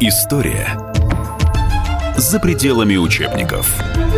История за пределами учебников.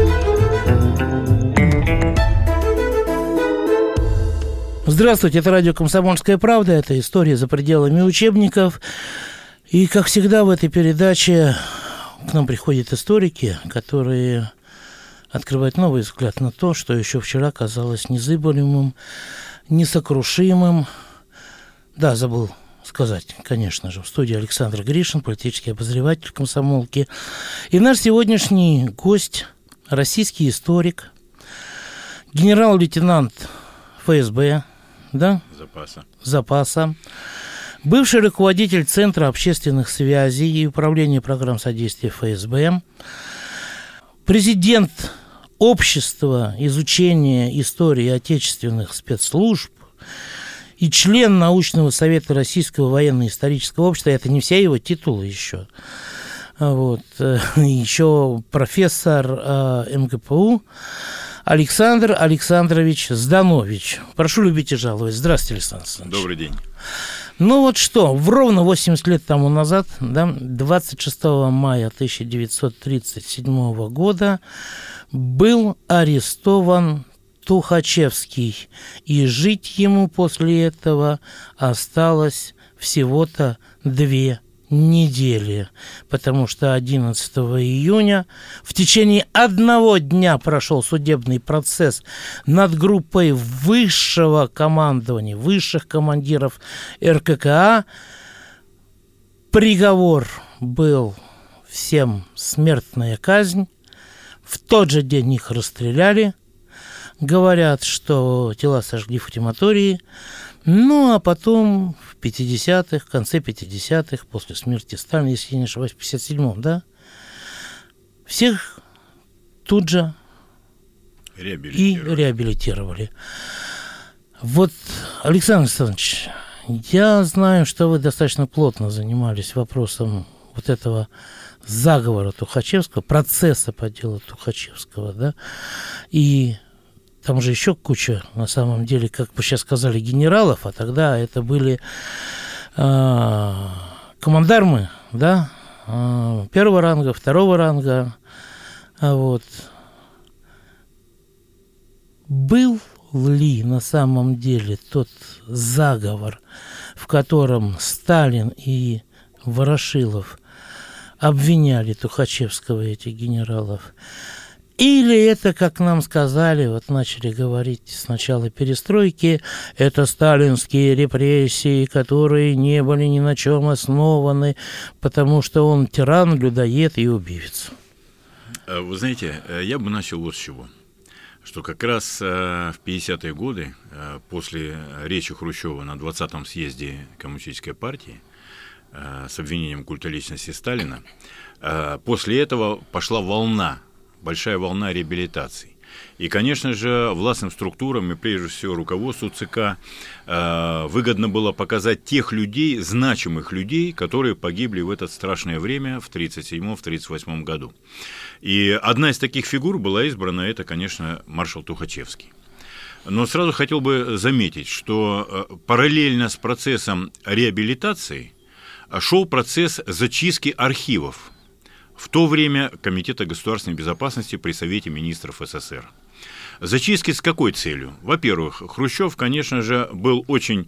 Здравствуйте, это радио «Комсомольская правда», это «История за пределами учебников». И, как всегда, в этой передаче к нам приходят историки, которые открывают новый взгляд на то, что еще вчера казалось незыблемым, несокрушимым. Да, забыл сказать, конечно же, в студии Александр Гришин, политический обозреватель «Комсомолки». И наш сегодняшний гость – российский историк, генерал-лейтенант ФСБ, да? Запаса. Бывший руководитель Центра общественных связей и управления программ содействия ФСБ, президент Общества изучения истории отечественных спецслужб и член научного совета Российского военно-исторического общества. Это не все его титулы еще. Вот. Еще профессор МГПУ Александр Александрович Зданович. Прошу любить и жаловать. Здравствуйте, Александр Александрович. Добрый день. Ну вот что, ровно 80 лет тому назад, да, 26 мая 1937 года был арестован Тухачевский, и жить ему после этого осталось всего-то 2 недели, потому что 11 июня в течение 1 дня прошел судебный процесс над группой высшего командования, высших командиров РККА. Приговор был всем смертная казнь. В тот же день их расстреляли. Говорят, что тела сожгли в крематории. Ну, а потом в 50-х, в конце 50-х, после смерти Сталина, если я не ошибаюсь, в 57-м, да, всех тут же реабилитировали. Вот, Александр Александрович, я знаю, что вы достаточно плотно занимались вопросом вот этого заговора Тухачевского, процесса по делу Тухачевского, да, и там же еще куча, на самом деле, как бы сейчас сказали, генералов, а тогда это были командармы, да, 1-го ранга, 2-го ранга. Вот. Был ли на самом деле тот заговор, в котором Сталин и Ворошилов обвиняли Тухачевского и этих генералов? Или это, как нам сказали, вот начали говорить с начала перестройки, это сталинские репрессии, которые не были ни на чем основаны, потому что он тиран, людоед и убивец? Вы знаете, я бы начал вот с чего. Что как раз в 50-е годы, после речи Хрущева на 20-м съезде Коммунистической партии с обвинением культа личности Сталина, после этого пошла большая волна реабилитаций. И, конечно же, властным структурам и, прежде всего, руководству ЦК выгодно было показать тех людей, значимых людей, которые погибли в это страшное время в 1937-1938 году. И одна из таких фигур была избрана, это, конечно, маршал Тухачевский. Но сразу хотел бы заметить, что параллельно с процессом реабилитации шел процесс зачистки архивов. В то время Комитета государственной безопасности при Совете министров СССР. Зачистки с какой целью? Во-первых, Хрущев, конечно же, был очень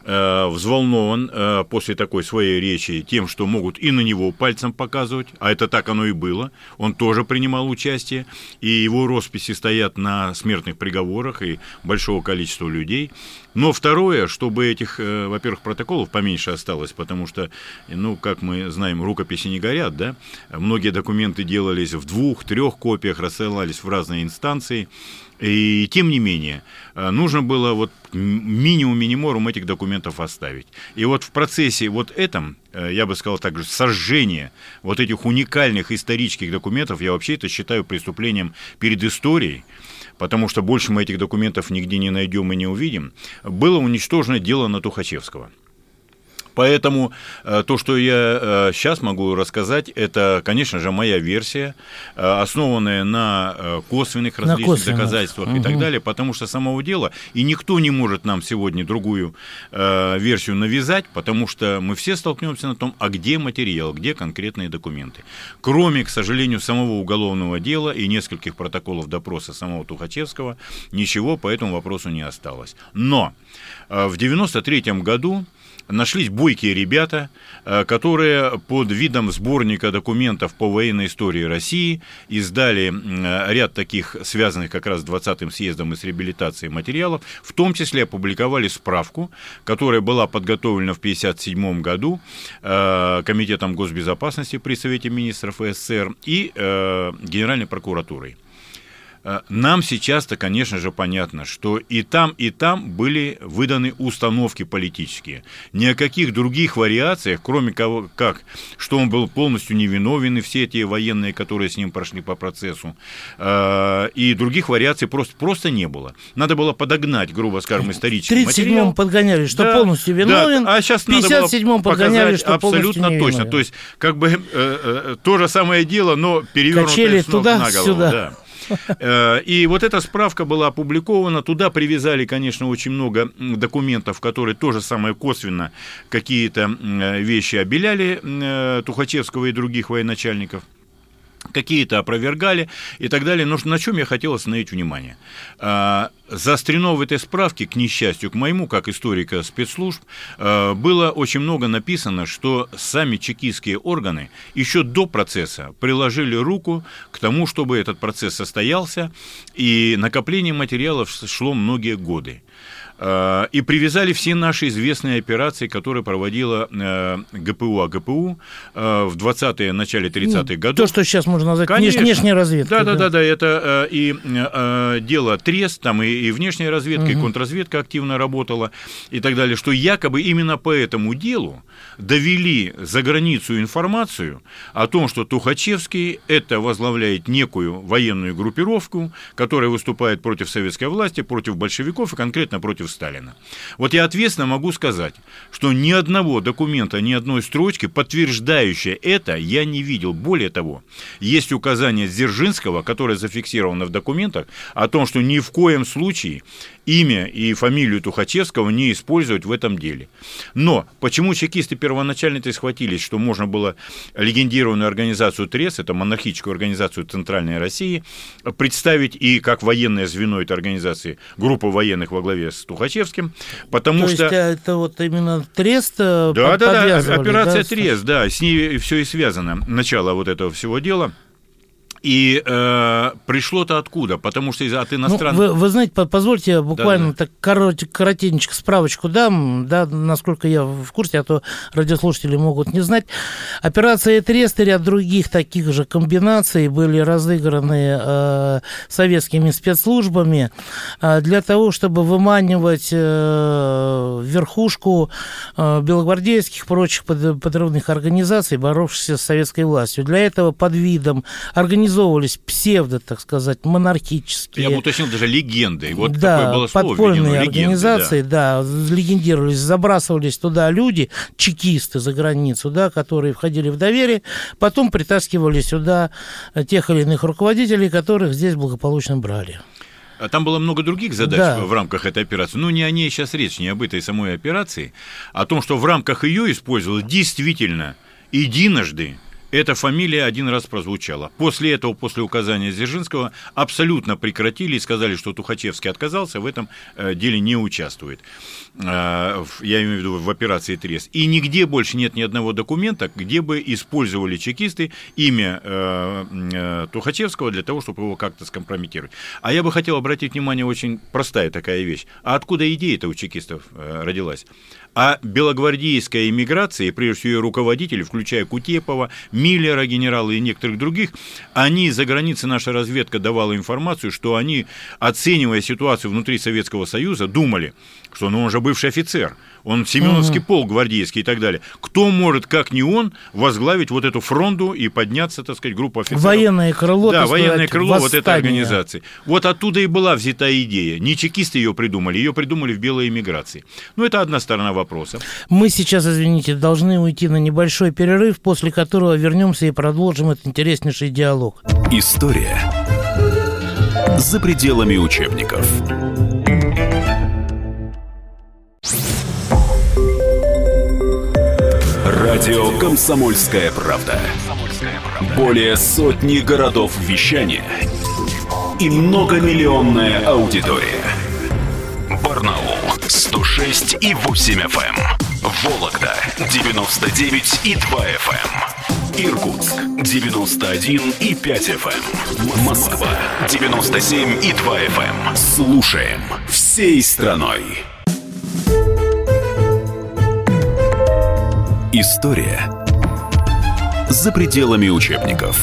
взволнован после такой своей речи тем, что могут и на него пальцем показывать, а это так оно и было. Он тоже принимал участие, и его росписи стоят на смертных приговорах и большого количества людей. Но второе, чтобы этих, во-первых, протоколов поменьше осталось, потому что, ну, как мы знаем, рукописи не горят, да? Многие документы делались в 2-3 копиях, рассылались в разные инстанции. И тем не менее, нужно было вот минимум этих документов оставить. И вот в процессе вот этом, я бы сказал так же, сожжения вот этих уникальных исторических документов, я вообще это считаю преступлением перед историей, потому что больше мы этих документов нигде не найдем и не увидим, было уничтожено дело на Тухачевского. Поэтому то, что я сейчас могу рассказать, это, конечно же, моя версия, основанная на косвенных различных доказательствах и так далее, потому что самого дела, и никто не может нам сегодня другую версию навязать, потому что мы все столкнемся на том, а где материал, где конкретные документы. Кроме, к сожалению, самого уголовного дела и нескольких протоколов допроса самого Тухачевского, ничего по этому вопросу не осталось. Но в 1993 году нашлись бойкие ребята, которые под видом сборника документов по военной истории России издали ряд таких, связанных как раз с 20-м съездом и с реабилитацией материалов, в том числе опубликовали справку, которая была подготовлена в 1957 году Комитетом госбезопасности при Совете министров СССР и Генеральной прокуратурой. Нам сейчас-то, конечно же, понятно, что и там были выданы установки политические. Ни о каких других вариациях, кроме как, что он был полностью невиновен, и все те военные, которые с ним прошли по процессу, и других вариаций просто не было. Надо было подогнать, грубо скажем, исторический материал. В 1937-м подгоняли, что полностью виновен, а сейчас в 1957-м подгоняли, что полностью невиновен. Абсолютно точно. То есть, как бы то же самое дело, но перевернутое с ног на голову. Да. И вот эта справка была опубликована, туда привязали, конечно, очень много документов, которые тоже самое косвенно какие-то вещи обеляли Тухачевского и других военачальников. Какие-то опровергали и так далее. Но на чем я хотел остановить внимание? Заострено в этой справке, к несчастью, к моему, как историка спецслужб, было очень много написано, что сами чекистские органы еще до процесса приложили руку к тому, чтобы этот процесс состоялся, и накопление материалов шло многие годы. И привязали все наши известные операции, которые проводила ГПУ, АГПУ в 20-е, начале 30-х годов. То, что сейчас можно назвать внешняя разведка. Да, это и дело Трест, там и внешняя разведка, и контрразведка активно работала, и так далее, что якобы именно по этому делу довели за границу информацию о том, что Тухачевский это возглавляет некую военную группировку, которая выступает против советской власти, против большевиков и конкретно против Сталина. Вот я ответственно могу сказать, что ни одного документа, ни одной строчки, подтверждающей это, я не видел. Более того, есть указание Дзержинского, которое зафиксировано в документах, о том, что ни в коем случае имя и фамилию Тухачевского не использовать в этом деле. Но почему чекисты первоначально-то схватились, что можно было легендированную организацию ТРЕС, это монархическую организацию Центральной России, представить и как военное звено этой организации, группу военных во главе с Тухачевским, потому что... То есть это вот именно Трест подвязывали? Да, операция Трест, да, с ней все и связано, начало вот этого всего дела. И пришло-то откуда? Потому что от иностранных... Вы знаете, позвольте буквально так коротенько справочку дам, да, насколько я в курсе, а то радиослушатели могут не знать. Операция Трест и ряд других таких же комбинаций были разыграны советскими спецслужбами для того, чтобы выманивать верхушку белогвардейских и прочих подрывных организаций, боровшихся с советской властью. Для этого под видом организовывались псевдо, так сказать, монархические... Я бы уточнил, даже легенды. Вот да, такое было слово подпольные организации, да, легендировались, забрасывались туда люди, чекисты за границу, да, которые входили в доверие, потом притаскивали сюда тех или иных руководителей, которых здесь благополучно брали. Там было много других задач в рамках этой операции, но не о ней сейчас речь, не об этой самой операции, а о том, что в рамках ее использовалось действительно единожды. Эта фамилия один раз прозвучала. После этого, после указания Дзержинского, абсолютно прекратили и сказали, что Тухачевский отказался, в этом деле не участвует. Я имею в виду в операции Трест. И нигде больше нет ни одного документа, где бы использовали чекисты имя Тухачевского для того, чтобы его как-то скомпрометировать. А я бы хотел обратить внимание, очень простая такая вещь. А откуда идея-то у чекистов родилась? А белогвардейская эмиграция, и прежде всего ее руководители, включая Кутепова, Миллера, генерала и некоторых других, они за границей, наша разведка давала информацию, что они, оценивая ситуацию внутри Советского Союза, думали, что он же бывший офицер, он Семеновский полк гвардейский и так далее. Кто может, как не он, возглавить вот эту фронту и подняться, так сказать, группу офицеров? Военное крыло. Да, военное крыло вот этой организации. Вот оттуда и была взята идея. Не чекисты ее придумали в белой эмиграции. Ну, это одна сторона вопросов. Мы сейчас, извините, должны уйти на небольшой перерыв, после которого вернемся и продолжим этот интереснейший диалог. История за пределами учебников. Радио «Комсомольская правда». Более сотни городов вещания и многомиллионная аудитория. Барнаул 106,8 FM. Вологда 99,2 FM. Иркутск 91,5 FM. Москва 97,2 FM. Слушаем всей страной. История за пределами учебников.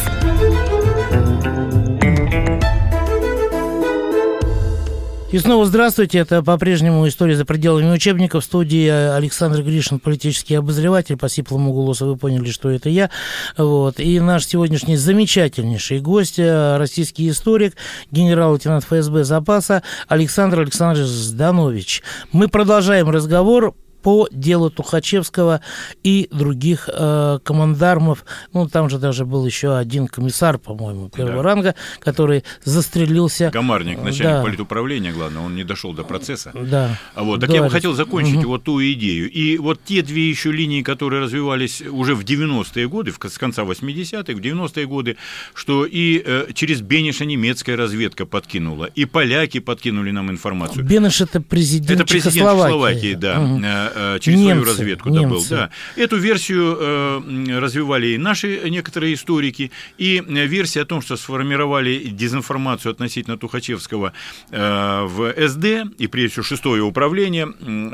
И снова здравствуйте, это по-прежнему «История за пределами учебников», в студии Александр Гришин, политический обозреватель, по сиплому голосу вы поняли, что это я, вот. И наш сегодняшний замечательнейший гость, российский историк, генерал-лейтенант ФСБ запаса Александр Александрович Зданович. Мы продолжаем разговор по делу Тухачевского и других командармов. Ну, там же даже был еще один комиссар, по-моему, первого ранга, который застрелился. Гамарник, начальник политуправления, главное, он не дошел до процесса. Да. Вот. Так я бы хотел закончить вот ту идею. И вот те две еще линии, которые развивались уже в 90-е годы, с конца 80-х, в 90-е годы, что и через Бенеша немецкая разведка подкинула, и поляки подкинули нам информацию. Бенеш — это президент Чехословакии, да. Через свою разведку добыл. Да. Эту версию развивали и наши некоторые историки, и версия о том, что сформировали дезинформацию относительно Тухачевского в СД, и прежде всего 6-е управление,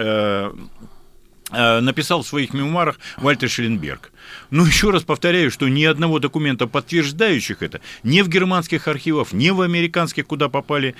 написал в своих мемуарах Вальтер Шелленберг. Но еще раз повторяю, что ни одного документа, подтверждающих это, ни в германских архивах, ни в американских, куда попали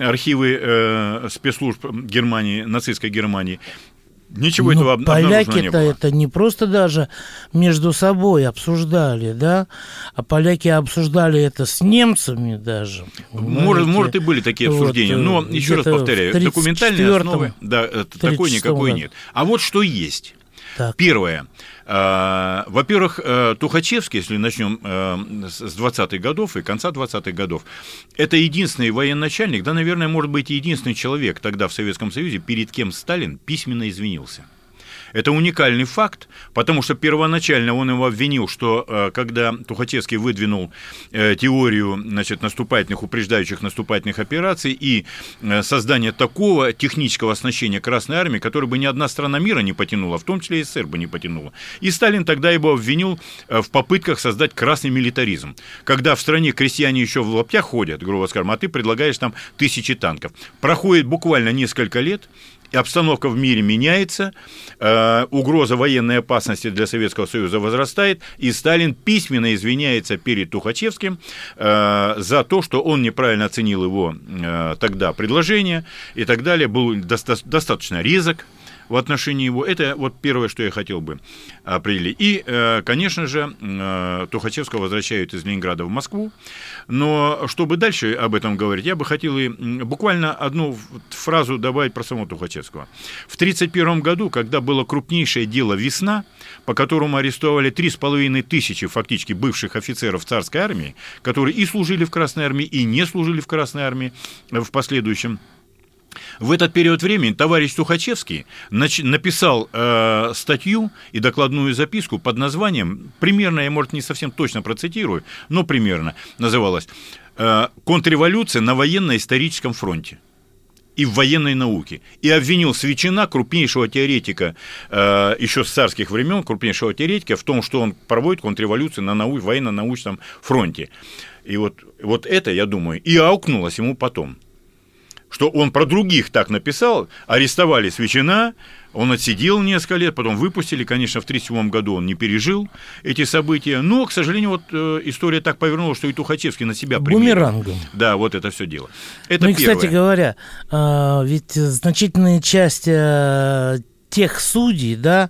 архивы спецслужб Германии, нацистской Германии, ничего этого обнаружено не было. Поляки-то это не просто даже между собой обсуждали, да, а поляки обсуждали это с немцами даже. Может и были такие обсуждения, но, еще раз повторяю, документальной основы такой никакой нет. А вот что есть. Так. Первое. Во-первых, Тухачевский, если начнем с 20-х годов и конца 20-х годов, это единственный военачальник, да, наверное, может быть, единственный человек тогда в Советском Союзе, перед кем Сталин письменно извинился. Это уникальный факт, потому что первоначально он его обвинил, что когда Тухачевский выдвинул теорию, значит, наступательных, упреждающих наступательных операций и создание такого технического оснащения Красной Армии, которое бы ни одна страна мира не потянула, в том числе и СССР бы не потянула. И Сталин тогда его обвинил в попытках создать красный милитаризм, когда в стране крестьяне еще в лаптях ходят, грубо скажем, а ты предлагаешь там 1000 танков. Проходит буквально несколько лет, и обстановка в мире меняется, угроза военной опасности для Советского Союза возрастает, и Сталин письменно извиняется перед Тухачевским за то, что он неправильно оценил его тогда предложение и так далее, был достаточно резок в отношении его. Это вот первое, что я хотел бы определить. И, конечно же, Тухачевского возвращают из Ленинграда в Москву. Но чтобы дальше об этом говорить, я бы хотел и буквально одну фразу добавить про самого Тухачевского. В 1931 году, когда было крупнейшее дело «Весна», по которому арестовали 3500 фактически бывших офицеров царской армии, которые и служили в Красной армии, и не служили в Красной армии в последующем, в этот период времени товарищ Тухачевский написал статью и докладную записку под названием, примерно, я, может, не совсем точно процитирую, но примерно называлась «Контрреволюция на военно-историческом фронте и в военной науке». И обвинил Свечина, крупнейшего теоретика еще с царских времен, крупнейшего теоретика, в том, что он проводит контрреволюцию на военно-научном фронте. И вот это, я думаю, и аукнулось ему потом. Что он про других так написал, арестовали Свечина, он отсидел несколько лет, потом выпустили, конечно, в 1937 году он не пережил эти события, но, к сожалению, вот история так повернула, что и Тухачевский на себя примерил. Бумерангом. Да, вот это все дело. Это ну и, первое. Кстати говоря, ведь значительная часть тех судей, да,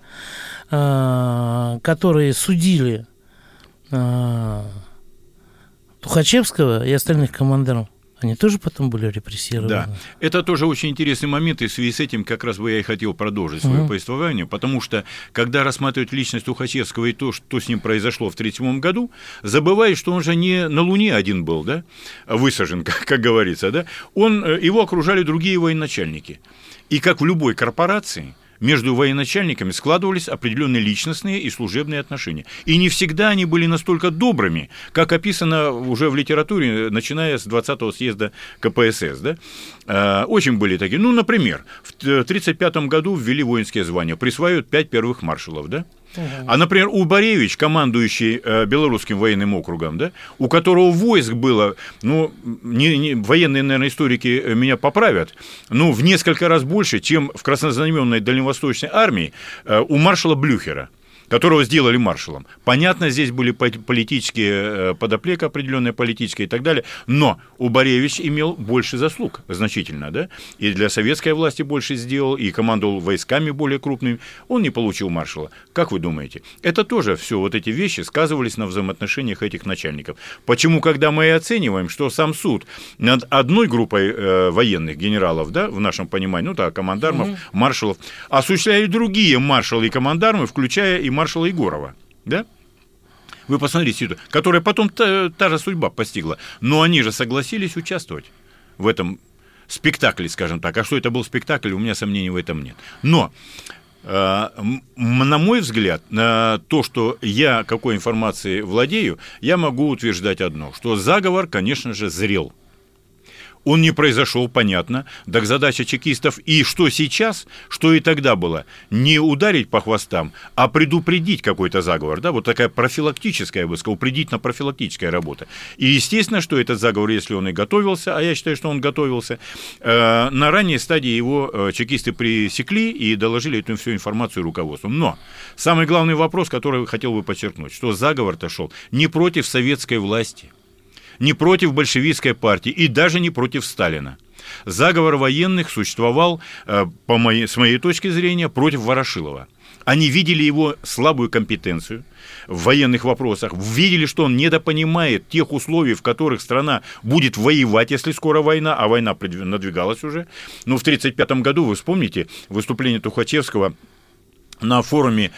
которые судили Тухачевского и остальных командиров, Они тоже потом были репрессированы? Да, это тоже очень интересный момент, и в связи с этим как раз бы я и хотел продолжить свое повествование, потому что, когда рассматривают личность Тухачевского и то, что с ним произошло в 1937 году, забывают, что он же не на Луне один был, да, высажен, как говорится, да, его окружали другие военачальники. И как в любой корпорации, между военачальниками складывались определенные личностные и служебные отношения. И не всегда они были настолько добрыми, как описано уже в литературе, начиная с 20-го съезда КПСС. Да? Очень были такие. Ну, например, в 1935 году ввели воинские звания, присваивают 5 первых маршалов, да? А, например, Убаревич, командующий Белорусским военным округом, да, у которого войск было, ну, военные, наверное, историки меня поправят, ну, в несколько раз больше, чем в краснознаменной дальневосточной армии у маршала Блюхера, которого сделали маршалом. Понятно, здесь были политические подоплека, определенная политическая и так далее, но Убаревич имел больше заслуг, значительно, да, и для советской власти больше сделал, и командовал войсками более крупными, он не получил маршала. Как вы думаете? Это тоже все вот эти вещи сказывались на взаимоотношениях этих начальников. Почему, когда мы и оцениваем, что сам суд над одной группой военных генералов, да, в нашем понимании, ну так, командармов, маршалов, осуществляли другие маршалы и командармы, включая и маршала Егорова, да? Вы посмотрите, которая потом та же судьба постигла. Но они же согласились участвовать в этом спектакле, скажем так. А что это был спектакль, у меня сомнений в этом нет. Но, на мой взгляд, то, что я какой информацией владею, я могу утверждать одно, что заговор, конечно же, зрел. Он не произошел, понятно, так задача чекистов и что сейчас, что и тогда было, не ударить по хвостам, а предупредить какой-то заговор, да, вот такая профилактическая, я бы сказал, упредительно-профилактическая работа. И естественно, что этот заговор, если он и готовился, а я считаю, что он готовился, на ранней стадии его чекисты пресекли и доложили эту всю информацию руководству. Но самый главный вопрос, который хотел бы подчеркнуть, что заговор-то шел не против советской власти, не против большевистской партии и даже не против Сталина. Заговор военных существовал, с моей точки зрения, против Ворошилова. Они видели его слабую компетенцию в военных вопросах, видели, что он недопонимает тех условий, в которых страна будет воевать, если скоро война, а война надвигалась уже. Но в 1935 году, вы вспомните, выступление Тухачевского на форуме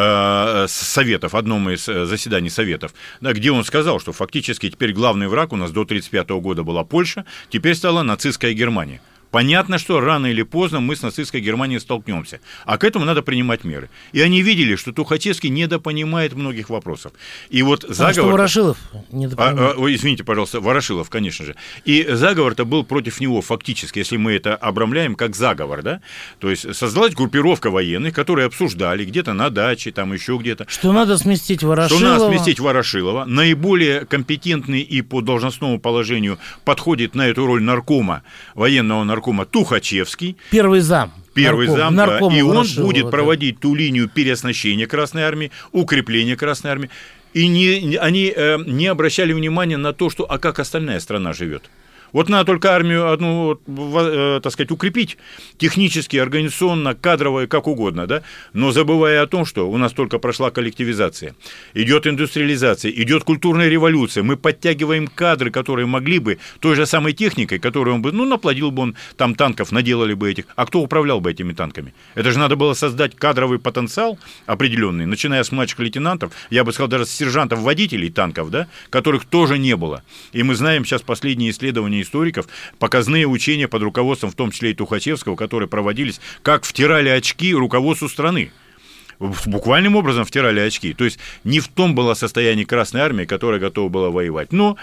Советов, одном из заседаний Советов, да, где он сказал, что фактически теперь главный враг у нас до 1935 года была Польша, теперь стала нацистская Германия. Понятно, что рано или поздно мы с нацистской Германией столкнемся, а к этому надо принимать меры. И они видели, что Тухачевский недопонимает многих вопросов. И вот заговор... что Ворошилов недопонимает? Извините, пожалуйста, Ворошилов, конечно же. И заговор-то был против него фактически, если мы это обрамляем как заговор, да? То есть создалась группировка военных, которые обсуждали где-то на даче, там еще где-то. Что надо сместить Ворошилова. Что надо сместить Ворошилова. Наиболее компетентный и по должностному положению подходит на эту роль наркома, военного наркома, Тухачевский. Первый зам, да, и он будет проводить ту линию переоснащения Красной Армии, укрепления Красной Армии. И они не обращали внимания на то, что, а как остальная страна живет. Вот надо только армию одну, так сказать, укрепить технически, организационно, кадрово, как угодно, да, но забывая о том, что у нас только прошла коллективизация, идет индустриализация, идет культурная революция, мы подтягиваем кадры, которые могли бы той же самой техникой, которую он бы, ну, наплодил бы он там танков, наделали бы этих, а кто управлял бы этими танками? Это же надо было создать кадровый потенциал определенный, начиная с младших лейтенантов, я бы сказал, даже с сержантов-водителей танков, да, которых тоже не было. И мы знаем сейчас последние исследования историков, показные учения под руководством, в том числе и Тухачевского, которые проводились, как втирали очки руководству страны. Буквальным образом втирали очки. То есть не в том было состояние Красной Армии, которая готова была воевать. Но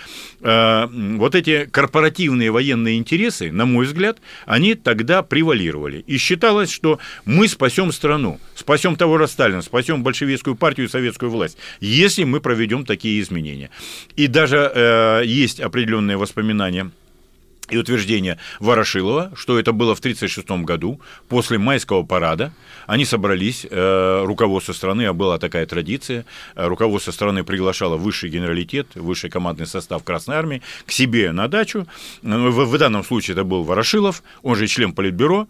вот эти корпоративные военные интересы, на мой взгляд, они тогда превалировали. И считалось, что мы спасем страну, спасем того же Сталина, спасем большевистскую партию и советскую власть, если мы проведем такие изменения. И даже есть определенные воспоминания и утверждение Ворошилова, что это было в 1936 году, после майского парада. Они собрались, руководство страны, а была такая традиция, руководство страны приглашало высший генералитет, высший командный состав Красной Армии к себе на дачу. В данном случае это был Ворошилов, он же член Политбюро,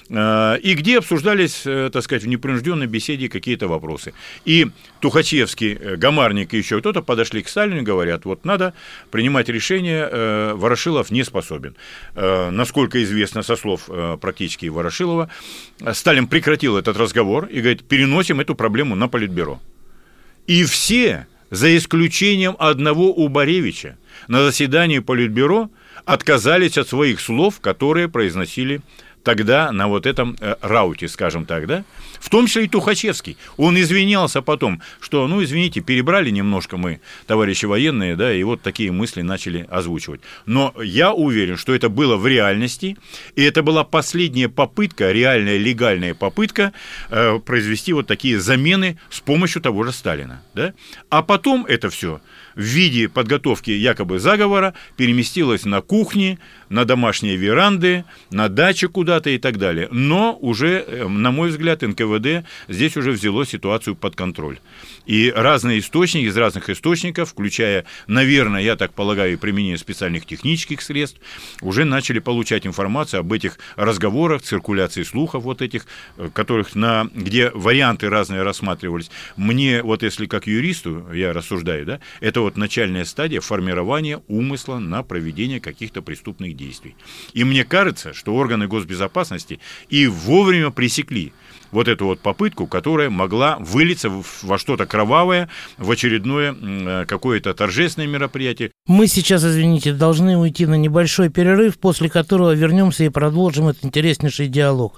и где обсуждались, так сказать, в непринужденной беседе какие-то вопросы. И Тухачевский, Гамарник и еще кто-то подошли к Сталину и говорят, вот надо принимать решение, Ворошилов не способен. способен. Насколько известно со слов практически Ворошилова, Сталин прекратил этот разговор и говорит, переносим эту проблему на Политбюро. И все, за исключением одного Убаревича, на заседании Политбюро отказались от своих слов, которые произносили тогда на вот этом рауте, скажем так, да, в том числе и Тухачевский. Он извинялся потом, что, извините, перебрали немножко мы, товарищи военные, да, и вот такие мысли начали озвучивать. Но я уверен, что это было в реальности, и это была последняя попытка, реальная, легальная попытка произвести вот такие замены с помощью того же Сталина, да. А потом это все в виде подготовки якобы заговора переместилось на кухни, на домашние веранды, на дачи куда-то и так далее. Но уже, на мой взгляд, НКВД здесь уже взяло ситуацию под контроль. И разные источники, из разных источников, включая, наверное, я так полагаю, и применение специальных технических средств, уже начали получать информацию об этих разговорах, циркуляции слухов вот этих, где варианты разные рассматривались. Мне, вот если как юристу, я рассуждаю, да, это вот начальная стадия формирования умысла на проведение каких-то преступных действий. И мне кажется, что органы госбезопасности и вовремя пресекли вот эту вот попытку, которая могла вылиться во что-то кровавое, в очередное какое-то торжественное мероприятие. Мы сейчас, извините, должны уйти на небольшой перерыв, после которого вернемся и продолжим этот интереснейший диалог.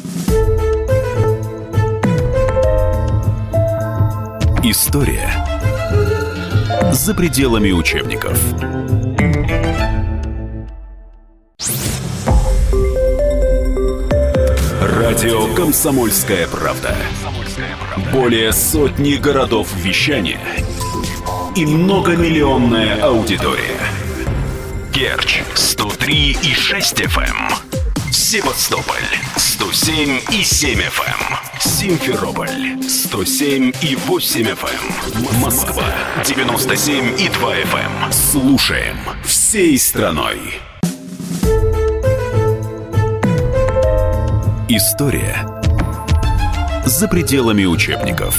История за пределами учебников. Радио «Комсомольская правда». Более сотни городов вещания и многомиллионная аудитория. Керчь 103,6 FM. Севастополь 107,7 FM. Симферополь 107,8 FM. Москва 97,2 FM. Слушаем всей страной. История за пределами учебников.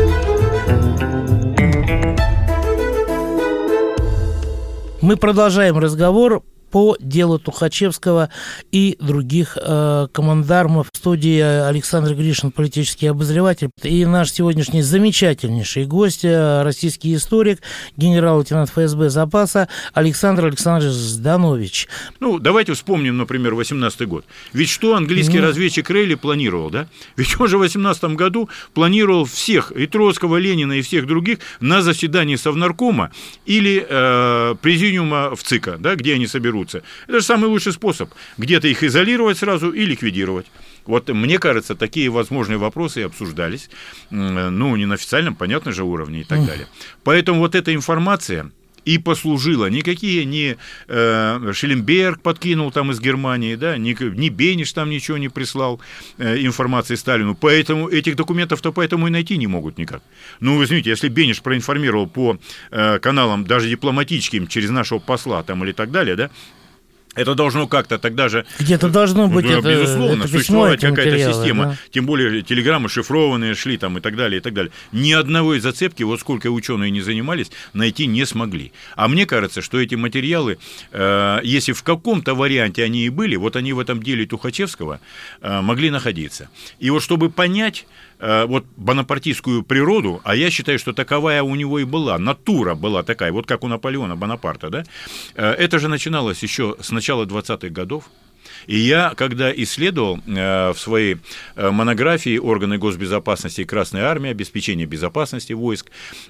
Мы продолжаем разговор по делу Тухачевского и других командармов. В студии Александр Гришин, политический обозреватель, и наш сегодняшний замечательнейший гость, российский историк, генерал-лейтенант ФСБ запаса Александр Александрович Зданович. Давайте вспомним, например, 18-й год. Ведь что английский разведчик Рейли планировал, да? Ведь он же в 18-м году планировал всех, и Троцкого, Ленина, и всех других, на заседании Совнаркома или президиума в ЦИКа, да, где они соберутся. Это же самый лучший способ. Где-то их изолировать сразу и ликвидировать. Вот, мне кажется, такие возможные вопросы и обсуждались. Не на официальном, понятно же, уровне и так далее. Поэтому вот эта информация и послужила. Никакие не Шелленберг подкинул там из Германии, да, ни Бениш там ничего не прислал информации Сталину. Поэтому этих документов-то поэтому и найти не могут никак. Вы извините, если Бениш проинформировал по каналам даже дипломатическим через нашего посла там или так далее, да, это должно как-то тогда же... Где-то должно быть безусловно, существовать какая-то система. Да? Тем более телеграммы шифрованные шли там и так далее, и так далее. Ни одного из зацепки, вот сколько ученые не занимались, найти не смогли. А мне кажется, что эти материалы, если в каком-то варианте они и были, вот они в этом деле Тухачевского могли находиться. И вот чтобы понять вот бонапартийскую природу, а я считаю, что таковая у него и была, натура была такая, вот как у Наполеона Бонапарта, да, это же начиналось еще с начала 20-х годов. И я, когда исследовал в своей монографии «Органы госбезопасности и Красная армия. Обеспечение безопасности войск»,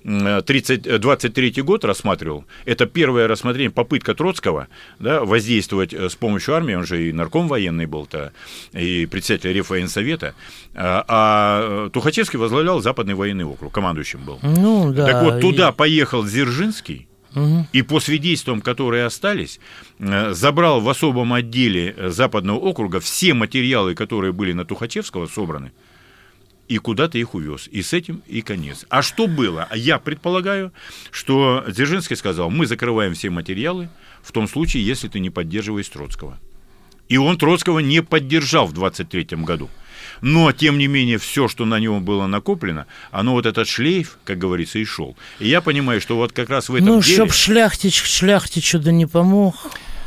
23-й год рассматривал, это первое рассмотрение, попытка Троцкого, да, воздействовать с помощью армии, он же и нарком военный был-то, и председатель Реввоенсовета, а Тухачевский возглавлял Западный военный округ, командующим был. Да. Так вот, туда поехал Дзержинский, и по свидетельствам, которые остались, забрал в особом отделе Западного округа все материалы, которые были на Тухачевского собраны, и куда-то их увез. И с этим и конец. А что было? Я предполагаю, что Дзержинский сказал: мы закрываем все материалы в том случае, если ты не поддерживаешь Троцкого. И он Троцкого не поддержал в 23-м году. Но, тем не менее, все, что на него было накоплено, оно вот этот шлейф, как говорится, и шел. И я понимаю, что вот как раз в этом деле... чтоб шляхтичу да не помог.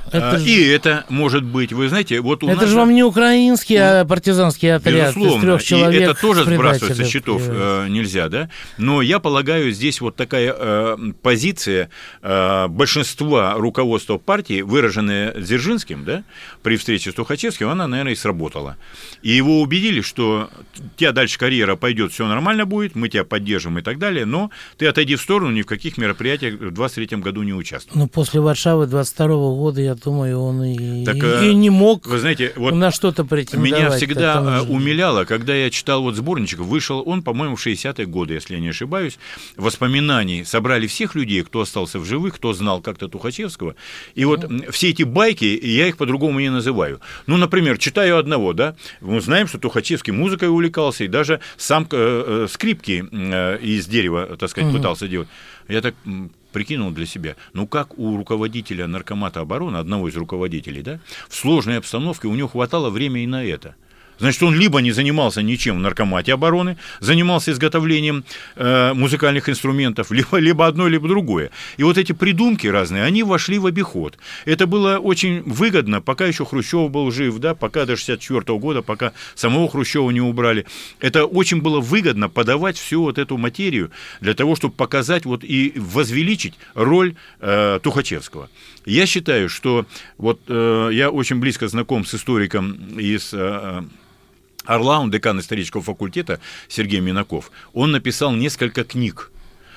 Это может быть, вы знаете, вот у нас... Это же вам не украинский, а партизанский отряд из 3 человек. И это тоже сбрасывать со счетов нельзя, да? Но я полагаю, здесь вот такая позиция большинства руководства партии, выраженная Дзержинским, да, при встрече с Тухачевским, она, наверное, и сработала. И его убедили, что у тебя дальше карьера пойдет, все нормально будет, мы тебя поддержим и так далее, но ты отойди в сторону, ни в каких мероприятиях в 23-м году не участвуй. Ну, после Варшавы 22-го года, я думаю, он и не мог, вы знаете, вот на что-то претендовать. Меня всегда умиляло, когда я читал вот сборничек, вышел он, по-моему, в 60-е годы, если я не ошибаюсь, воспоминаний, собрали всех людей, кто остался в живых, кто знал как-то Тухачевского, и вот все эти байки, я их по-другому не называю. Ну, например, читаю одного, да, мы знаем, что Тухачевский музыкой увлекался, и даже сам скрипки из дерева, так сказать, пытался делать. Я так прикинул для себя, ну как у руководителя Наркомата обороны, одного из руководителей, да, в сложной обстановке у него хватало времени и на это. Значит, он либо не занимался ничем в Наркомате обороны, занимался изготовлением музыкальных инструментов, либо одно, либо другое. И вот эти придумки разные, они вошли в обиход. Это было очень выгодно, пока еще Хрущев был жив, да, пока до 1964 года, пока самого Хрущева не убрали. Это очень было выгодно подавать всю вот эту материю для того, чтобы показать вот и возвеличить роль Тухачевского. Я считаю, что вот я очень близко знаком с историком из Орла, он декан исторического факультета Сергей Минаков. Он написал несколько книг.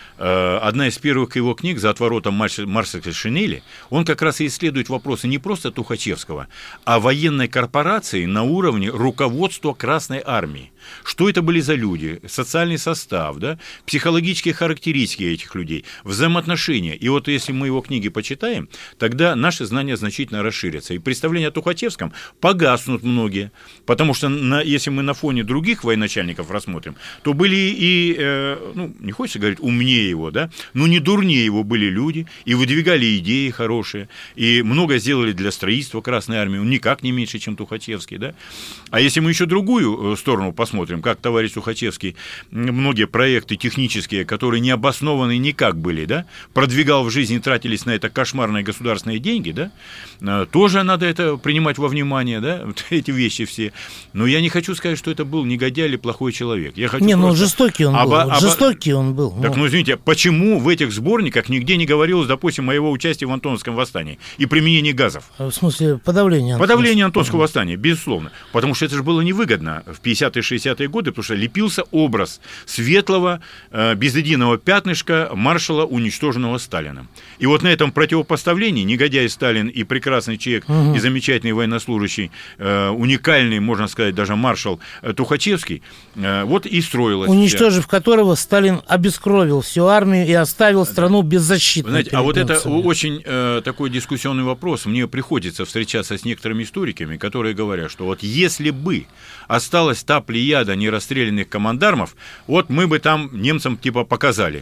Одна из первых его книг «За отворотом маршальской шинели», он как раз и исследует вопросы не просто Тухачевского, а военной корпорации на уровне руководства Красной Армии. Что это были за люди, социальный состав, да, психологические характеристики этих людей, взаимоотношения. И вот если мы его книги почитаем, тогда наши знания значительно расширятся. И представления о Тухачевском погаснут многие, потому что если мы на фоне других военачальников рассмотрим, то были и, ну, не хочется говорить, умнее его, да, но не дурнее его были люди, и выдвигали идеи хорошие, и много сделали для строительства Красной Армии, он никак не меньше, чем Тухачевский, да. А если мы еще другую сторону посмотрим, как товарищ Тухачевский многие проекты технические, которые не обоснованы никак были, да, продвигал в жизни, тратились на это кошмарные государственные деньги, да, тоже надо это принимать во внимание, да, вот эти вещи все. Но я не хочу сказать, что это был негодяй или плохой человек. Я хочу ну жестокий он был, жестокий он был. Так, ну извините, почему в этих сборниках нигде не говорилось, допустим, о его участии в Антоновском восстании и применении газов? В смысле подавления? Подавление Антонского восстания, безусловно. Потому что это же было невыгодно в 50-е, 60-е годы, потому что лепился образ светлого, без единого пятнышка маршала, уничтоженного Сталиным. И вот на этом противопоставлении негодяй Сталин и прекрасный человек, и замечательный военнослужащий, уникальный, можно сказать, даже маршал Тухачевский, вот и строилось. Уничтожив которого, Сталин обескровил всю армию и оставил страну беззащитной. Знаете, а вот это очень такой дискуссионный вопрос. Мне приходится встречаться с некоторыми историками, которые говорят, что вот если бы осталась та плеяда нерасстрелянных командармов, вот мы бы там немцам типа показали.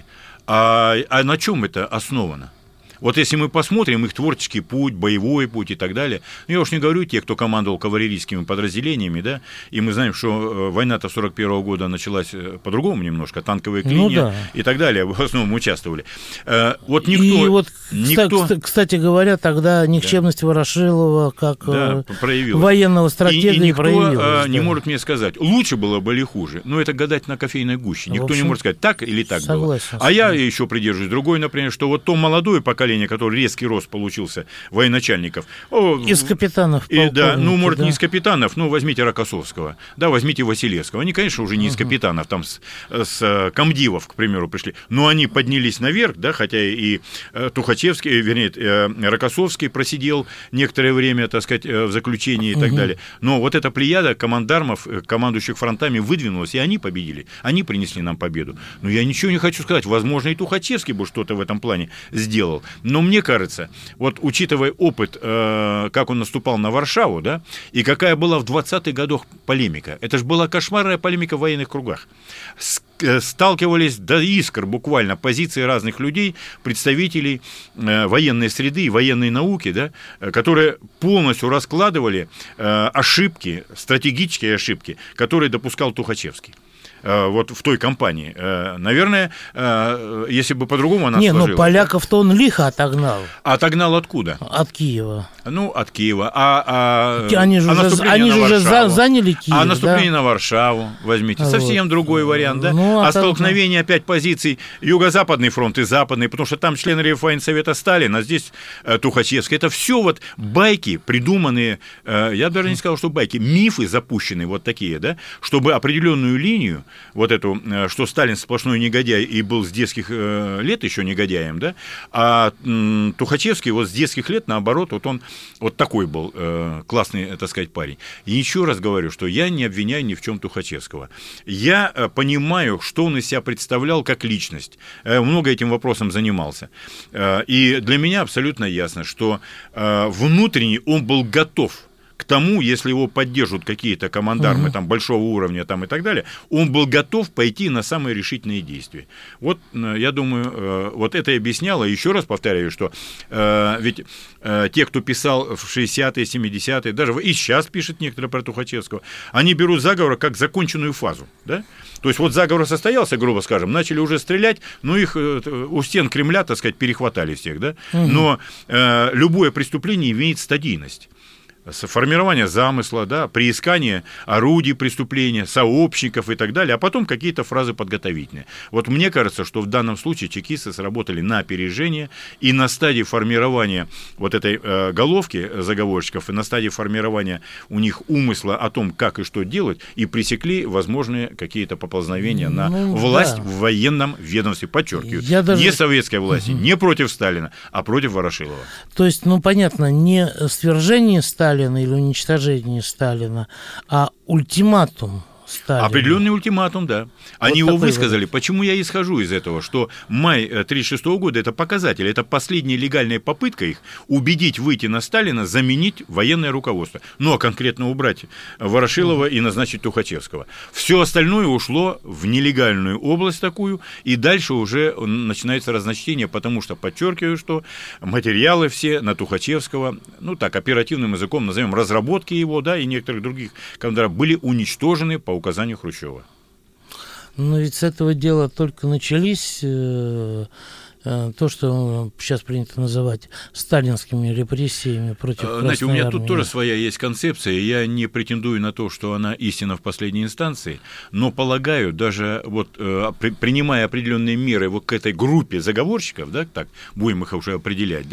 А на чем это основано? Вот если мы посмотрим их творческий путь, боевой путь и так далее, ну, я уж не говорю те, кто командовал кавалерийскими подразделениями, да, и мы знаем, что война-то 41-го года началась по-другому немножко, танковые клинья и так далее, в основном участвовали. Вот никто... И вот, кстати говоря, тогда никчемность Ворошилова как военного стратега и никто не может мне сказать, лучше было бы или хуже, но это гадать на кофейной гуще. Никто не может сказать, так или так было. А я еще придерживаюсь другой, например, что вот то молодое поколение, который резкий рост получился военачальников. Из капитанов. Да, ну, может, не из капитанов, но возьмите Рокоссовского, да, возьмте Василевского. Они, конечно, уже не из капитанов, там с комдивов, к примеру, пришли, но они поднялись наверх, да, хотя и Тухачевский, вернее, Рокоссовский просидел некоторое время, так сказать, в заключении и так далее. Но вот эта плеяда командармов, командующих фронтами, выдвинулась, и они победили. Они принесли нам победу. Но я ничего не хочу сказать. Возможно, и Тухачевский бы что-то в этом плане сделал. Но мне кажется, вот учитывая опыт, как он наступал на Варшаву, да, и какая была в 20-х годах полемика, это же была кошмарная полемика в военных кругах. Сталкивались до искр буквально позиции разных людей, представителей военной среды и военной науки, да, которые полностью раскладывали ошибки, стратегические ошибки, которые допускал Тухачевский. вот в той кампании. Наверное, если бы по-другому она сложилась. Ну поляков-то он лихо отогнал. Отогнал откуда? От Киева. Ну, от Киева. Они же уже заняли Киев. А наступление на Варшаву возьмите. Совсем другой вариант, да? А столкновение опять позиций Юго-Западный фронт и Западный, потому что там члены Рейхсовета Сталина, а здесь Тухачевский. Это все вот байки, придуманные, я даже не сказал, что байки, мифы запущенные вот такие, да, чтобы определенную линию, вот эту, что Сталин сплошной негодяй и был с детских лет еще негодяем, да, а Тухачевский вот с детских лет, наоборот, вот он вот такой был классный, так сказать, парень. И еще раз говорю, что я не обвиняю ни в чем Тухачевского. Я понимаю, что он из себя представлял как личность. Много этим вопросом занимался. И для меня абсолютно ясно, что внутренне он был готов к тому, если его поддержат какие-то командармы там, большого уровня там, и так далее, он был готов пойти на самые решительные действия. Вот, я думаю, вот это и объясняло. Еще раз повторяю, что ведь те, кто писал в 60-е, 70-е, даже и сейчас пишет некоторые про Тухачевского, они берут заговор как законченную фазу. Да? То есть вот заговор состоялся, грубо скажем, начали уже стрелять, но их у стен Кремля, так сказать, перехватали всех. Да? Но любое преступление имеет стадийность. Формирование замысла, да, приискание орудий преступления, сообщников и так далее, а потом какие-то фразы подготовительные. Вот мне кажется, что в данном случае чекисты сработали на опережение и на стадии формирования вот этой головки заговорщиков, и на стадии формирования у них умысла о том, как и что делать, и пресекли возможные какие-то поползновения на власть в военном ведомстве, подчеркиваю. Не советской власти, не против Сталина, а против Ворошилова. То есть, понятно, не свержение Сталина или уничтожение Сталина, а ультиматум Сталина. Определенный ультиматум, да. Они вот его высказали. Вот. Почему я исхожу из этого, что май 1936 года – это показатель, это последняя легальная попытка их убедить выйти на Сталина, заменить военное руководство. Ну, а конкретно убрать Ворошилова и назначить Тухачевского. Все остальное ушло в нелегальную область такую, и дальше уже начинается разночтение, потому что, подчеркиваю, что материалы все на Тухачевского, ну так, оперативным языком назовем, разработки его, да, и некоторых других командиров были уничтожены по указанию Хрущева. Но ведь с этого дела только начались то, что сейчас принято называть сталинскими репрессиями против Красной Армии. Знаете, у меня тут тоже своя есть концепция, я не претендую на то, что она истина в последней инстанции, но полагаю, даже вот принимая определенные меры вот к этой группе заговорщиков, да, так будем их уже определять,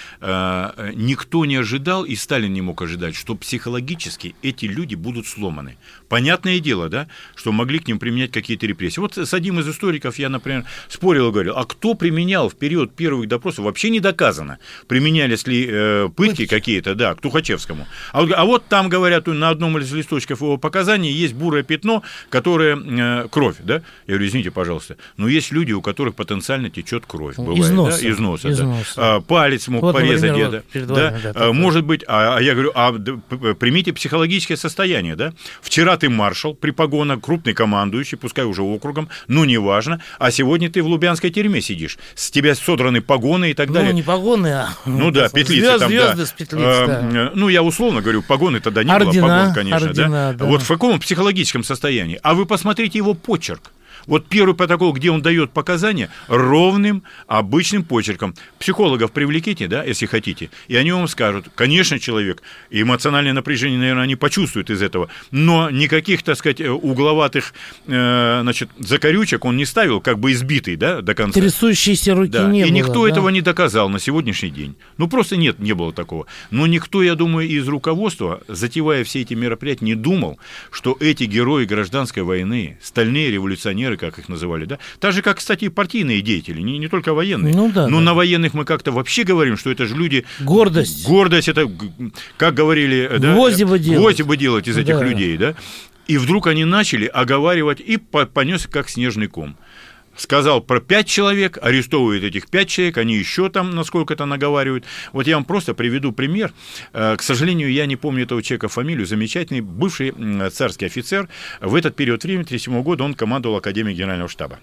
да, никто не ожидал, и Сталин не мог ожидать, что психологически эти люди будут сломаны. Понятное дело, да, что могли к ним применять какие-то репрессии. Вот с одним из историков я, например, спорил и говорил, а кто применял в период первых допросов, вообще не доказано, применялись ли пытки какие-то, да, к Тухачевскому. А вот там, говорят, на одном из листочков его показаний есть бурое пятно, которое кровь, да. Я говорю, извините, пожалуйста, но есть люди, у которых потенциально течет кровь, бывает, из носа, да? Из носа. Да. Палец мог вот, порезать где-то. Да? Может быть, я говорю, примите психологическое состояние, да. Вчера ты маршал при погонах, крупный командующий, пускай уже округом, ну, неважно, а сегодня ты в Лубянской тюрьме сидишь, с тебя содраны погоны и так далее. Ну, не погоны, а... Ну, да, петлицы там, звезды да. С петлиц, да. Ну, я условно говорю, погоны тогда не было, погон, конечно, ордена, да. Вот в каком психологическом состоянии. А вы посмотрите его почерк. Вот первый протокол, где он дает показания, ровным, обычным почерком. Психологов привлеките, да, если хотите, и они вам скажут, конечно, человек, эмоциональное напряжение, наверное, они почувствуют из этого, но никаких, так сказать, угловатых, значит, закорючек он не ставил, как бы избитый, да, до конца. Трясущейся руки да. не было. И никто этого не доказал на сегодняшний день. Ну, просто не было такого. Но никто, я думаю, из руководства, затевая все эти мероприятия, не думал, что эти герои гражданской войны, стальные революционеры, как их называли, да, так же, как, кстати, и партийные деятели, не только военные. Ну, да, но да. На военных мы как-то вообще говорим, что это же люди... Гордость. Гордость, это, как говорили... Гвозди бы делать. Гвозди бы делать из этих людей, да. И вдруг они начали оговаривать, и понес как снежный ком. Сказал про 5 человек, арестовывают этих 5 человек, они еще там насколько-то наговаривают. Вот я вам просто приведу пример. К сожалению, я не помню этого человека фамилию, замечательный, бывший царский офицер. В этот период времени, 1937 года, он командовал Академией Генерального штаба.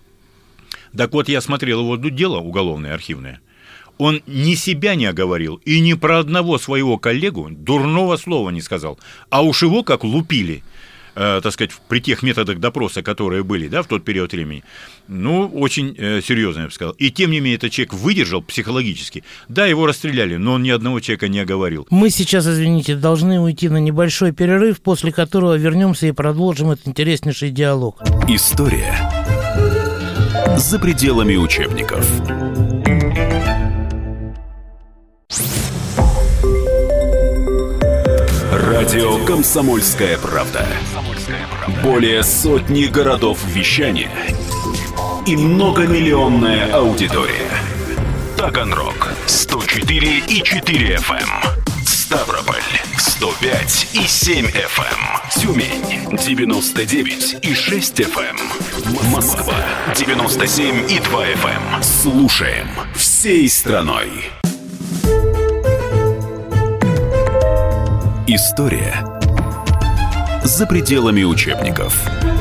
Так вот, я смотрел его дело уголовное, архивное. Он ни себя не оговорил и ни про одного своего коллегу дурного слова не сказал. А уж его как лупили. так сказать, при тех методах допроса, которые были, да, в тот период времени, ну, очень серьезно, я бы сказал. И тем не менее, этот человек выдержал психологически. Да, его расстреляли, но он ни одного человека не оговорил. Мы сейчас, извините, должны уйти на небольшой перерыв, после которого вернемся и продолжим этот интереснейший диалог. История за пределами учебников. Радио «Комсомольская правда». Более сотни городов вещания и многомиллионная аудитория. Таганрог 104,4 FM. Ставрополь 105,7 FM. Тюмень 99,6 FM. Москва 97,2 FM. Слушаем всей страной. История за пределами учебников.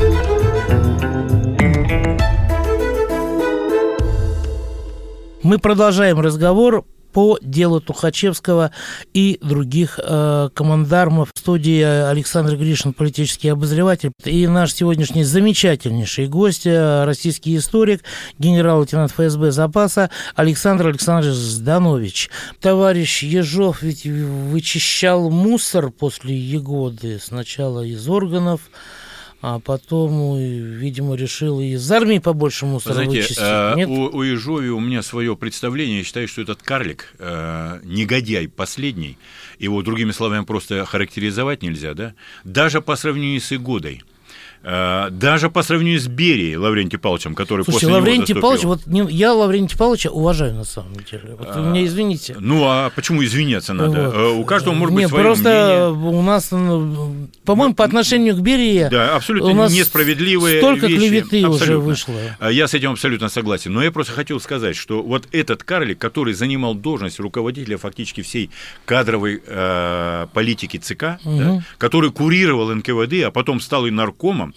Мы продолжаем разговор по делу Тухачевского и других командармов. В студии Александр Гришин, политический обозреватель, и наш сегодняшний замечательнейший гость, российский историк, генерал-лейтенант ФСБ запаса Александр Александрович Зданович. Товарищ Ежов ведь вычищал мусор после Егоды, сначала из органов, а потом, видимо, решил и из армии побольше мусора вычистить. Нет? У Ежови у меня свое представление. Я считаю, что этот карлик, негодяй последний, его, другими словами, просто характеризовать нельзя, да? Даже по сравнению с Егодой. Даже по сравнению с Берией Лаврентием Павловичем, который после него Лаврентий заступил. Павлович, вот я Лаврентия Павловича уважаю на самом деле. Вот вы меня извините. Ну, а почему извиняться надо? Вот. У каждого может быть свое просто мнение. У нас, по-моему, по отношению к Берии, да, абсолютно у нас несправедливые столько вещи. клеветы абсолютно. Уже вышло. Я с этим абсолютно согласен. Но я просто хотел сказать, что вот этот карлик, который занимал должность руководителя фактически всей кадровой политики ЦК, да, который курировал НКВД, а потом стал и наркомом,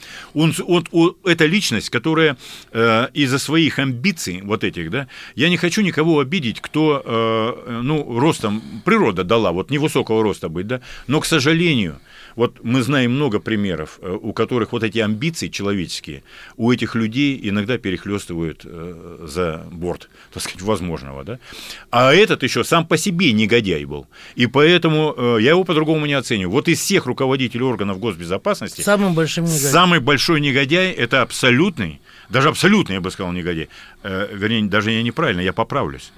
это личность, которая из-за своих амбиций вот этих, да, я не хочу никого обидеть, кто, ростом, природа дала, вот невысокого роста быть, да, но, к сожалению, вот мы знаем много примеров, у которых вот эти амбиции человеческие у этих людей иногда перехлестывают за борт, так сказать, возможного, да. А этот еще сам по себе негодяй был, и поэтому я его по-другому не оцениваю. Вот из всех руководителей органов госбезопасности самый большой негодяй – это абсолютный, даже абсолютный, я бы сказал, негодяй. Вернее, даже я неправильно, я поправлюсь.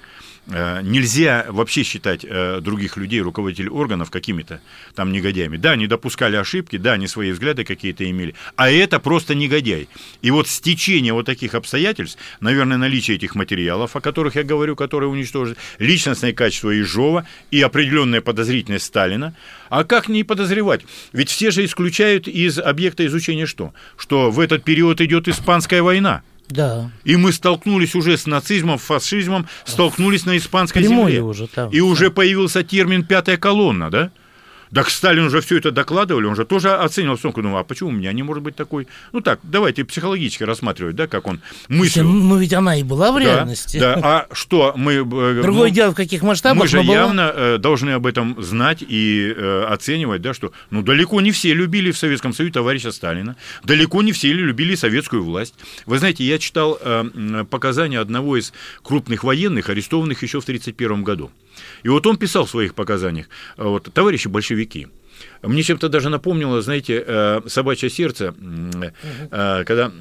Нельзя вообще считать других людей, руководителей органов, какими-то там негодяями. Да, они допускали ошибки, да, они свои взгляды какие-то имели, а это просто негодяй. И вот стечение вот таких обстоятельств, наверное, наличие этих материалов, о которых я говорю, которые уничтожили, личностные качества Ежова и определенная подозрительность Сталина. А как не подозревать? Ведь все же исключают из объекта изучения что? Что в этот период идет Испанская война. Да. И мы столкнулись уже с нацизмом, фашизмом, столкнулись на испанской Прямой земле. Уже там, и уже появился термин «пятая колонна», да? Так Сталин уже все это докладывали, он же тоже оценивал сумку, а почему у меня не может быть такой? Ну так, давайте психологически рассматривать, да, как он мыслил. Ну ведь она и была в реальности. Да, а что мы... Другое дело, в каких масштабах. Мы же явно должны об этом знать и оценивать, да, что далеко не все любили в Советском Союзе товарища Сталина, далеко не все любили советскую власть. Вы знаете, я читал показания одного из крупных военных, арестованных еще в 1931 году. И вот он писал в своих показаниях, вот, товарищи большевики, мне чем-то даже напомнило, знаете, «Собачье сердце», когда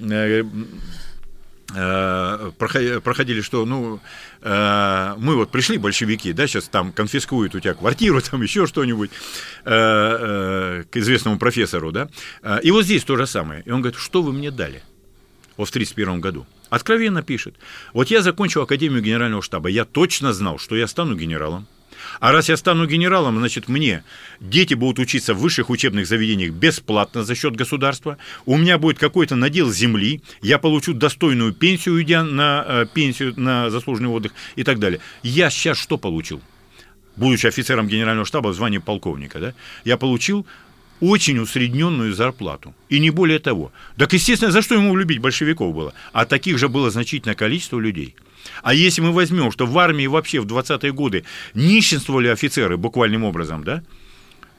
проходили, что, мы вот пришли, большевики, да, сейчас там конфискуют у тебя квартиру, там еще что-нибудь, к известному профессору, да, и вот здесь то же самое. И он говорит, что вы мне дали? Вот в 1931 году. Откровенно пишет. Вот я закончил Академию Генерального штаба, я точно знал, что я стану генералом. А раз я стану генералом, значит, дети будут учиться в высших учебных заведениях бесплатно за счет государства, у меня будет какой-то надел земли, я получу достойную пенсию, уйдя на пенсию, на заслуженный отдых и так далее. Я сейчас что получил? Будучи офицером Генерального штаба в звании полковника, да, я получил очень усредненную зарплату. И не более того. Так, естественно, за что ему любить большевиков было? А таких же было значительное количество людей. А если мы возьмем, что в армии вообще в 20-е годы нищенствовали офицеры буквальным образом, да?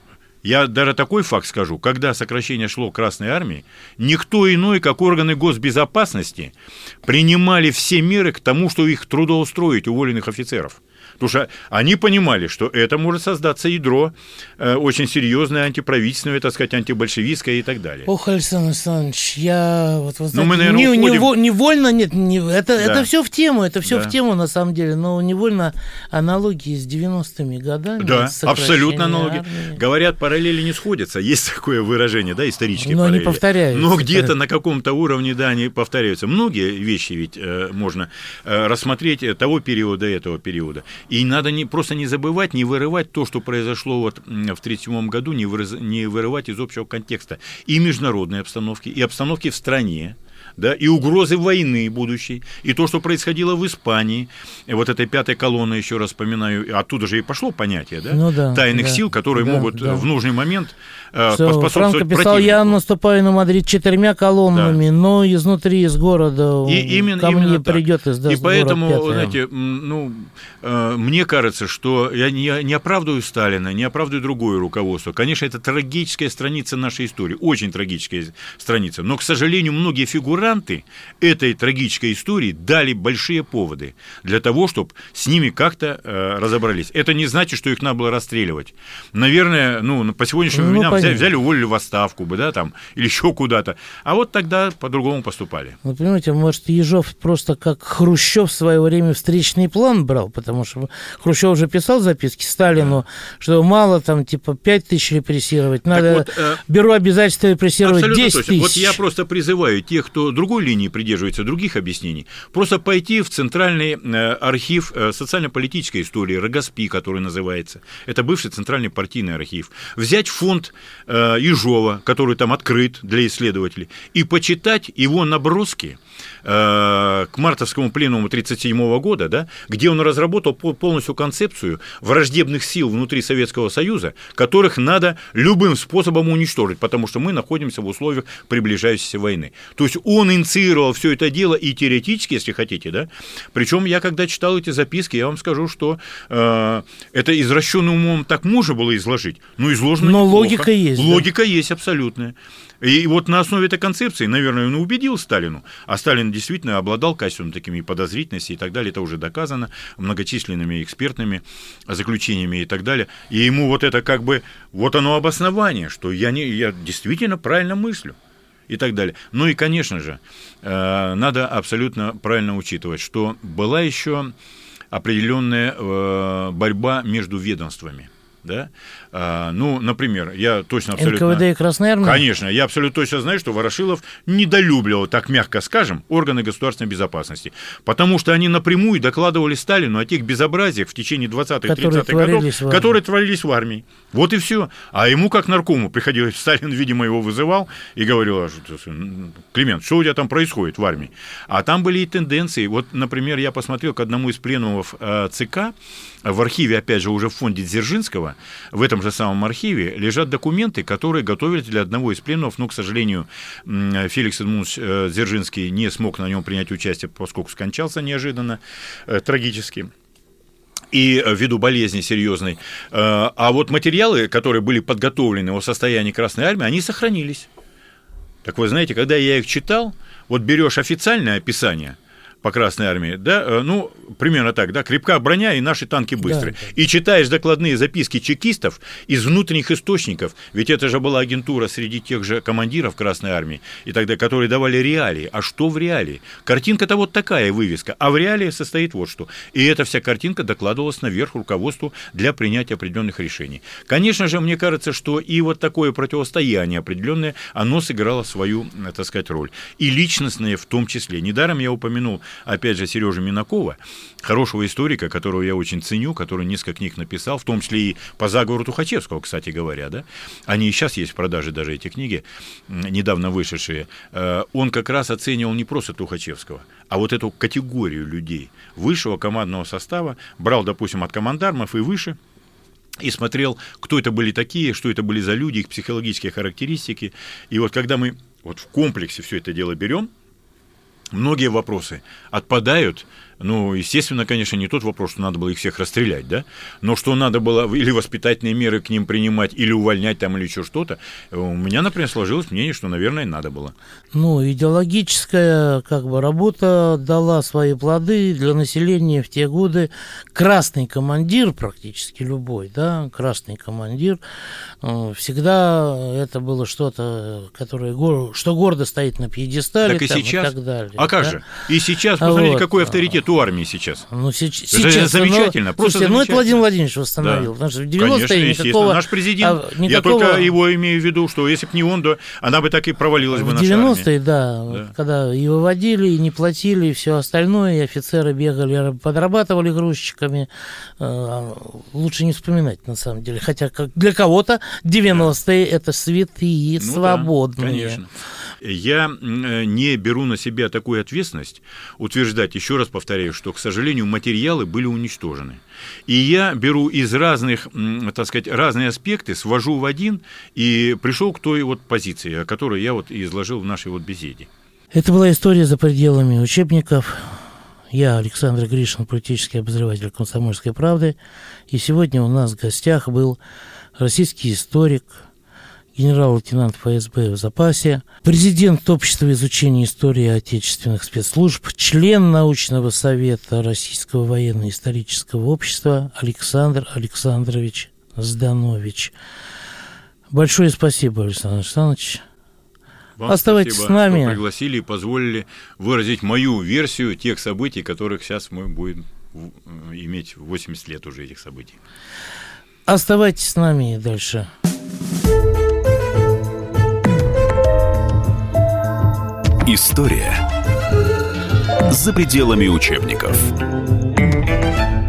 Я даже такой факт скажу. Когда сокращение шло Красной Армии, никто иной, как органы госбезопасности, принимали все меры к тому, чтобы их трудоустроить, уволенных офицеров. Потому что они понимали, что это может создаться ядро очень серьезное, антиправительственное, так сказать, антибольшевистское и так далее. Ох, Александр Александрович, я вот вы знаете, мы, наверное, невольно, нет, это все в тему, в тему на самом деле, но невольно аналогии с 90-ми годами. Да, абсолютно аналогии. Армии. Говорят, параллели не сходятся, есть такое выражение, да, исторические но параллели. Не повторяются. Но где-то на каком-то уровне, да, они повторяются. Многие вещи ведь можно рассмотреть того периода, этого периода. И надо просто не забывать, не вырывать то, что произошло вот в 1937 году, не вырывать из общего контекста и международной обстановки, и обстановки в стране, да, и угрозы войны будущей, и то, что происходило в Испании, и вот этой пятой колонны, еще раз вспоминаю, оттуда же и пошло понятие, да, тайных сил, которые могут в нужный момент поспособствовать Франко писал, я наступаю на Мадрид 4 колоннами, но изнутри, из города ко мне придет из И поэтому, знаете, мне кажется, что я не оправдываю Сталина, не оправдываю другое руководство. Конечно, это трагическая страница нашей истории, очень трагическая страница, но, к сожалению, многие фигуранты этой трагической истории дали большие поводы для того, чтобы с ними как-то разобрались. Это не значит, что их надо было расстреливать. Наверное, по сегодняшнему времени взяли, уволили в отставку бы, да, там, или еще куда-то. А вот тогда по-другому поступали. Вы понимаете, может, Ежов просто как Хрущев в свое время встречный план брал, потому что Хрущев уже писал записки Сталину, что мало там, 5 тысяч репрессировать, надо, беру обязательство репрессировать 10 тысяч. Вот я просто призываю тех, кто другой линии придерживается, других объяснений, просто пойти в Центральный архив социально-политической истории, РОГОСПИ, который называется, это бывший Центральный партийный архив, взять фонд Ежова, который там открыт для исследователей, и почитать его наброски к мартовскому пленуму 1937 года, да, где он разработал полностью концепцию враждебных сил внутри Советского Союза, которых надо любым способом уничтожить, потому что мы находимся в условиях приближающейся войны. То есть он инициировал все это дело и теоретически, если хотите, да, причем я когда читал эти записки, я вам скажу, что это извращенным умом так можно было изложить, но изложено неплохо. Логика есть. Логика есть абсолютная. И вот на основе этой концепции, наверное, он убедил Сталину, а Сталин действительно обладал качеством такими подозрительности и так далее, это уже доказано многочисленными экспертными заключениями и так далее, и ему вот это как бы, вот оно обоснование, что я действительно правильно мыслю и так далее. Ну и, конечно же, надо абсолютно правильно учитывать, что была еще определенная борьба между ведомствами. Да? Например, я точно абсолютно... НКВД и Красная Армия? Конечно, я абсолютно точно знаю, что Ворошилов недолюбливал, так мягко скажем, органы государственной безопасности, потому что они напрямую докладывали Сталину о тех безобразиях в течение 20-30-х годов, которые творились в армии. Вот и все. А ему, как наркому, приходилось, Сталин, видимо, его вызывал и говорил: Климент, что у тебя там происходит в армии? А там были и тенденции. Вот, например, я посмотрел к одному из пленумов ЦК, в архиве, опять же, уже в фонде Дзержинского, в этом же самом архиве лежат документы, которые готовились для одного из пленумов, но, к сожалению, Феликс Эдмундович Дзержинский не смог на нем принять участие, поскольку скончался неожиданно, трагически, и ввиду болезни серьезной. А вот материалы, которые были подготовлены о состоянии Красной Армии, они сохранились. Так вы знаете, когда я их читал, вот берешь официальное описание по Красной Армии, да, примерно так, да, крепка броня и наши танки быстрые. Да. И читаешь докладные записки чекистов из внутренних источников, ведь это же была агентура среди тех же командиров Красной Армии, и тогда, которые давали реалии. А что в реалии? Картинка-то вот такая, вывеска, а в реалии состоит вот что. И эта вся картинка докладывалась наверх руководству для принятия определенных решений. Конечно же, мне кажется, что и вот такое противостояние определенное, оно сыграло свою, так сказать, роль. И личностное в том числе. Недаром я упомянул, опять же, Сережу Минакова, хорошего историка, которого я очень ценю, который несколько книг написал, в том числе и по заговору Тухачевского, кстати говоря, да, они и сейчас есть в продаже, даже эти книги, недавно вышедшие. Он как раз оценивал не просто Тухачевского, а вот эту категорию людей высшего командного состава, брал, допустим, от командармов и выше, и смотрел, кто это были такие, что это были за люди, их психологические характеристики. И вот когда мы вот в комплексе все это дело берем, многие вопросы отпадают Ну, естественно, конечно, не тот вопрос, что надо было их всех расстрелять, да, но что надо было или воспитательные меры к ним принимать, или увольнять там, или еще что-то, у меня, например, сложилось мнение, что, наверное, надо было. Ну, идеологическая работа дала свои плоды для населения в те годы. Красный командир, практически любой, да, красный командир, всегда это было что-то, которое что гордо стоит на пьедестале, так и там, сейчас. И так далее. А как же? И сейчас, посмотрите, какой авторитет у армии сейчас. Ну, это сейчас замечательно, просто слушайте, замечательно. это Владимир Владимирович восстановил. Да. Потому что в 90-е конечно, естественно. Наш президент, я только его имею в виду, что если бы не он, то она бы так и провалилась бы, наша армия. В 90-е, да, когда и выводили, и не платили, и все остальное, и офицеры бегали, подрабатывали грузчиками. Лучше не вспоминать, на самом деле. Хотя для кого-то 90-е это святые, свободные. Да, конечно. Я не беру на себя такую ответственность утверждать, еще раз повторяю, что, к сожалению, материалы были уничтожены. И я беру из разных, так сказать, разные аспекты, свожу в один и пришел к той позиции, которую я изложил в нашей беседе. Это была история за пределами учебников. Я Александр Гришин, политический обозреватель «Комсомольской правды». И сегодня у нас в гостях был российский историк, генерал-лейтенант ФСБ в запасе, президент Общества изучения истории отечественных спецслужб, член научного совета Российского военно-исторического общества Александр Александрович Зданович. Большое спасибо, Александр Александрович. Вам оставайтесь спасибо, с нами. Что пригласили и позволили выразить мою версию тех событий, которых сейчас мы будем иметь 80 лет уже этих событий. Оставайтесь с нами и дальше. История за пределами учебников.